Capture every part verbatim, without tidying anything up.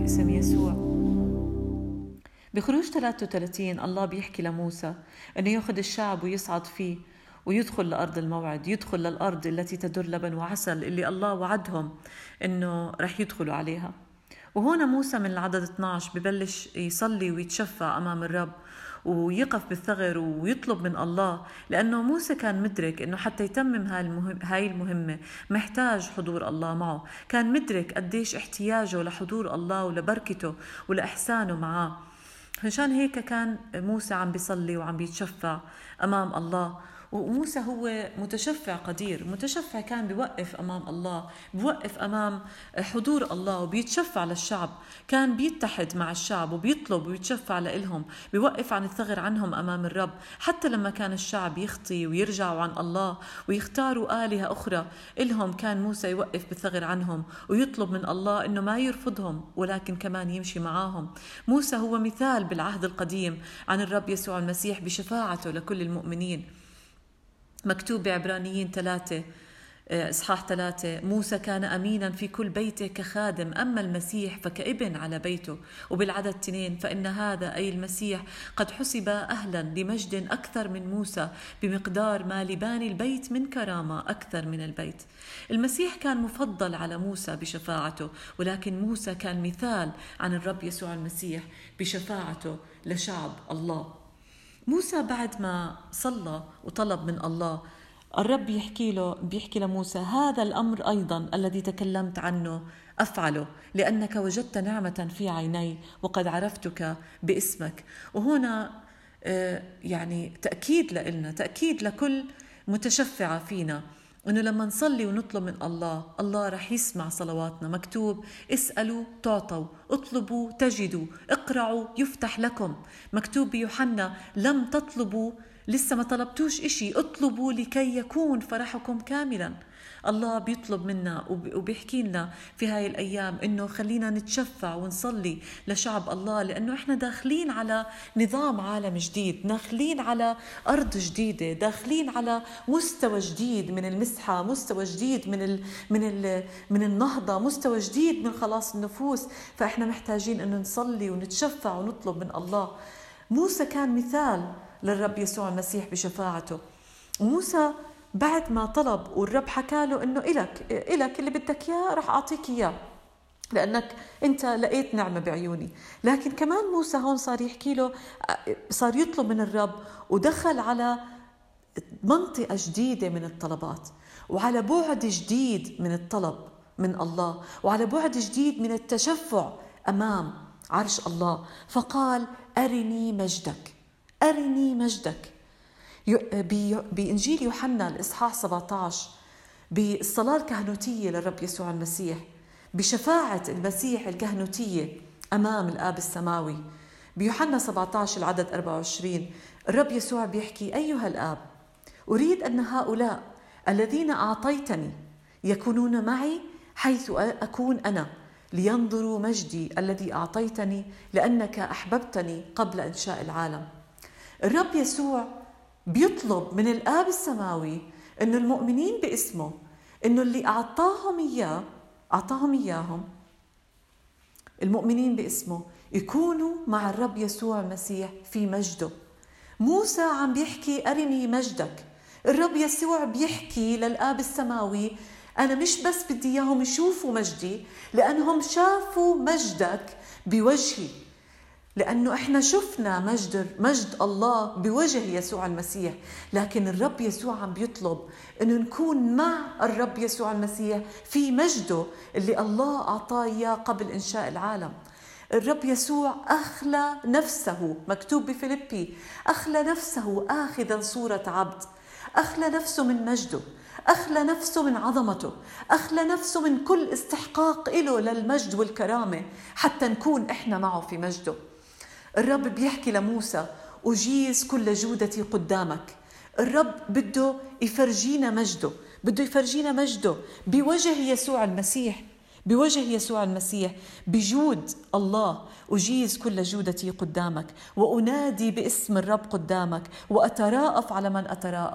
باسم يسوع. بخروج ثلاثة وثلاثين الله بيحكي لموسى أنه يأخذ الشعب ويصعد فيه ويدخل لأرض الموعد، يدخل للأرض التي تدر لبن وعسل اللي الله وعدهم أنه رح يدخلوا عليها. وهنا موسى من العدد اثناشر ببلش يصلي ويتشفع أمام الرب ويقف بالثغر ويطلب من الله، لأنه موسى كان مدرك أنه حتى يتمم هاي المهمة محتاج حضور الله معه. كان مدرك قديش احتياجه لحضور الله ولبركته ولإحسانه معه. عشان هيك كان موسى عم بيصلي وعم بيتشفع أمام الله. وموسى هو متشفع قدير، متشفع كان بيوقف أمام الله، بيوقف أمام حضور الله وبيتشفع للشعب. كان بيتحد مع الشعب وبيطلب ويتشفع لإلهم، بيوقف عن الثغر عنهم أمام الرب. حتى لما كان الشعب يخطي ويرجعوا عن الله ويختاروا آلهة أخرى إلهم، كان موسى يوقف بالثغر عنهم ويطلب من الله إنه ما يرفضهم ولكن كمان يمشي معاهم. موسى هو مثال بالعهد القديم عن الرب يسوع المسيح بشفاعته لكل المؤمنين. مكتوب بعبرانيين ثلاثة إصحاح ثلاثة: موسى كان أمينا في كل بيته كخادم، أما المسيح فكابن على بيته. وبالعدد اثنين: فإن هذا أي المسيح قد حسب أهلا لمجد أكثر من موسى، بمقدار ما لباني البيت من كرامة أكثر من البيت. المسيح كان مفضل على موسى بشفاعته، ولكن موسى كان مثال عن الرب يسوع المسيح بشفاعته لشعب الله. موسى بعد ما صلى وطلب من الله، الرب يحكي له بيحكي لموسى: هذا الأمر أيضا الذي تكلمت عنه أفعله، لأنك وجدت نعمة في عيني وقد عرفتك باسمك. وهنا يعني تأكيد لنا، تأكيد لكل متشفعة فينا، إنه لما نصلي ونطلب من الله، الله رح يسمع صلواتنا. مكتوب: اسألوا تعطوا، اطلبوا تجدوا، اقرعوا يفتح لكم. مكتوب بيوحنا: لم تطلبوا، لسه ما طلبتوش إشي، اطلبوا لكي يكون فرحكم كاملا. الله بيطلب منا وبيحكي لنا في هاي الأيام إنه خلينا نتشفع ونصلي لشعب الله، لأنه إحنا داخلين على نظام عالم جديد، داخلين على أرض جديدة، داخلين على مستوى جديد من المسحة، مستوى جديد من ال من ال من النهضة، مستوى جديد من خلاص النفوس. فإحنا محتاجين إنه نصلي ونتشفع ونطلب من الله. موسى كان مثال للرب يسوع المسيح بشفاعته. وموسى بعد ما طلب والرب حكى له إنه إلك إلك اللي بدك إياه رح أعطيك إياه، لأنك أنت لقيت نعمة بعيوني. لكن كمان موسى هون صار يحكي له، صار يطلب من الرب ودخل على منطقة جديدة من الطلبات، وعلى بعد جديد من الطلب من الله، وعلى بعد جديد من التشفع أمام عرش الله. فقال: أرني مجدك، أرني مجدك. بإنجيل يوحنا الإصحاح سبعة عشر بالصلاة الكهنوتية للرب يسوع المسيح، بشفاعة المسيح الكهنوتية أمام الآب السماوي، بيوحنا سبعة عشر العدد أربعة وعشرين الرب يسوع بيحكي: أيها الآب، أريد أن هؤلاء الذين أعطيتني يكونون معي حيث أكون أنا، لينظروا مجدي الذي أعطيتني، لأنك أحببتني قبل إنشاء العالم. الرب يسوع بيطلب من الآب السماوي إنه المؤمنين باسمه، إنه اللي أعطاهم إياه أعطاهم إياهم المؤمنين باسمه يكونوا مع الرب يسوع المسيح في مجده. موسى عم بيحكي: أرني مجدك. الرب يسوع بيحكي للآب السماوي: أنا مش بس بدي إياهم يشوفوا مجدي، لأنهم شافوا مجدك بوجهي، لأنه إحنا شفنا مجد مجد الله بوجه يسوع المسيح. لكن الرب يسوع عم بيطلب إنه نكون مع الرب يسوع المسيح في مجده اللي الله أعطاه إياه قبل إنشاء العالم. الرب يسوع أخلى نفسه، مكتوب بفيليبي: أخلى نفسه آخذا صورة عبد. أخلى نفسه من مجده، أخلى نفسه من عظمته، أخلى نفسه من كل استحقاق له للمجد والكرامة حتى نكون إحنا معه في مجده. الرب بيحكي لموسى: أجيز كل جودتي قدامك. الرب بده يفرجينا مجده، بده يفرجينا مجده بوجه يسوع المسيح، بوجه يسوع المسيح، بجود الله. أجيز كل جودتي قدامك، وأنادي باسم الرب قدامك، وأتراءف على من أتراءف،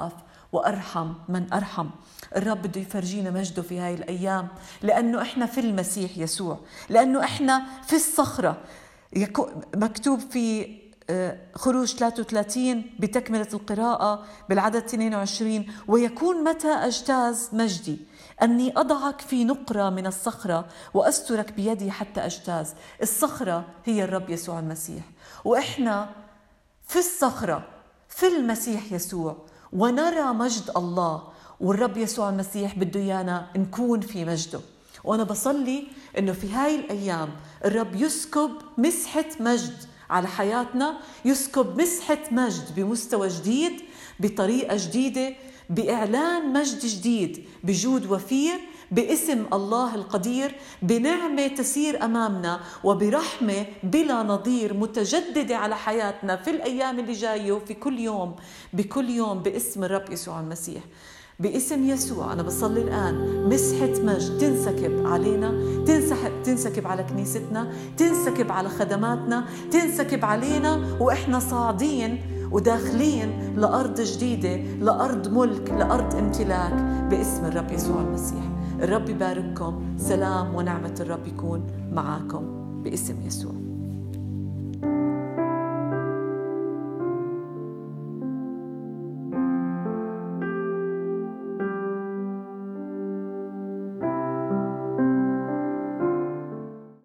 وأرحم من أرحم. الرب بده يفرجينا مجده في هاي الأيام، لأنه إحنا في المسيح يسوع، لأنه إحنا في الصخرة. مكتوب في خروج ثلاثة وثلاثين بتكملة القراءة بالعدد اثنين وعشرين: ويكون متى أجتاز مجدي أني أضعك في نقرة من الصخرة وأسترك بيدي حتى أجتاز. الصخرة هي الرب يسوع المسيح، وإحنا في الصخرة في المسيح يسوع ونرى مجد الله، والرب يسوع المسيح بده إيانا نكون في مجده. وأنا بصلي إنه في هاي الأيام الرب يسكب مسحة مجد على حياتنا، يسكب مسحة مجد بمستوى جديد، بطريقة جديدة، بإعلان مجد جديد، بجود وفير، باسم الله القدير، بنعمة تسير أمامنا، وبرحمة بلا نظير متجددة على حياتنا في الأيام اللي جاية وفي كل يوم بكل يوم، باسم الرب يسوع المسيح. باسم يسوع أنا بصلي الآن مسحة مجد تنسكب علينا، تنسحب تنسكب على كنيستنا، تنسكب على خدماتنا، تنسكب علينا وإحنا صاعدين وداخلين لأرض جديدة، لأرض ملك، لأرض امتلاك، باسم الرب يسوع المسيح. الرب يبارككم. سلام ونعمة الرب يكون معاكم باسم يسوع.